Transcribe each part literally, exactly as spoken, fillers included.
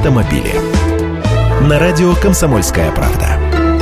автомобили. На радио «Комсомольская правда».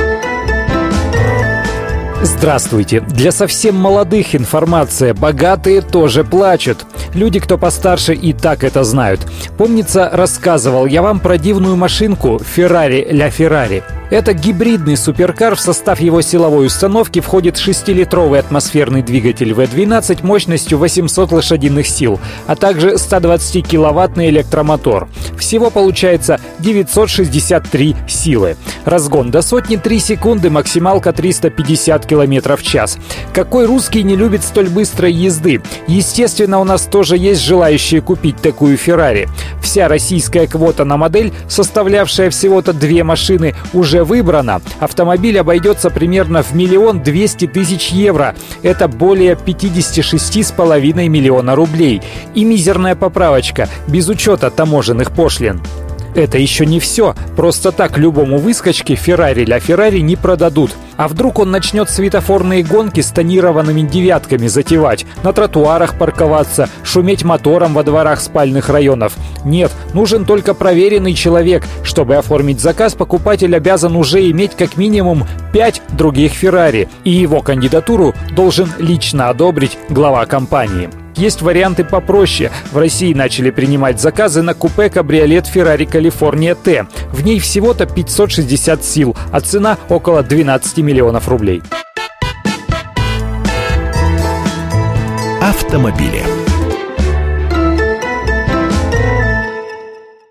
Здравствуйте. Для совсем молодых информация. Богатые тоже плачут. Люди, кто постарше, и так это знают. Помнится, рассказывал я вам про дивную машинку Ferrari Ля Ferrari. Это гибридный суперкар. В состав его силовой установки входит шестилитровый атмосферный двигатель вэ двенадцать мощностью восемьсот лошадиных сил, а также сто двадцатикиловаттный электромотор. Всего получается девятьсот шестьдесят три силы. Разгон до сотни три секунды, максималка триста пятьдесят километров в час. Какой русский не любит столь быстрой езды? Естественно, у нас тоже есть желающие купить такую Ferrari. Вся российская квота на модель, составлявшая всего-то две машины, уже выбрана. Автомобиль обойдется примерно в миллион двести тысяч евро. Это более пятьдесят шесть с половиной миллиона рублей. И мизерная поправочка, без учета таможенных пошлин. Это еще не все. Просто так любому выскочке Ferrari Ля Ferrari не продадут. А вдруг он начнет светофорные гонки с тонированными девятками затевать, на тротуарах парковаться, шуметь мотором во дворах спальных районов? Нет, нужен только проверенный человек. Чтобы оформить заказ, покупатель обязан уже иметь как минимум пять других Ferrari. И его кандидатуру должен лично одобрить глава компании. Есть варианты попроще. В России начали принимать заказы на купе-кабриолет Ferrari California T. В ней всего-то пятьсот шестьдесят сил, а цена около двенадцать миллионов рублей. Автомобили.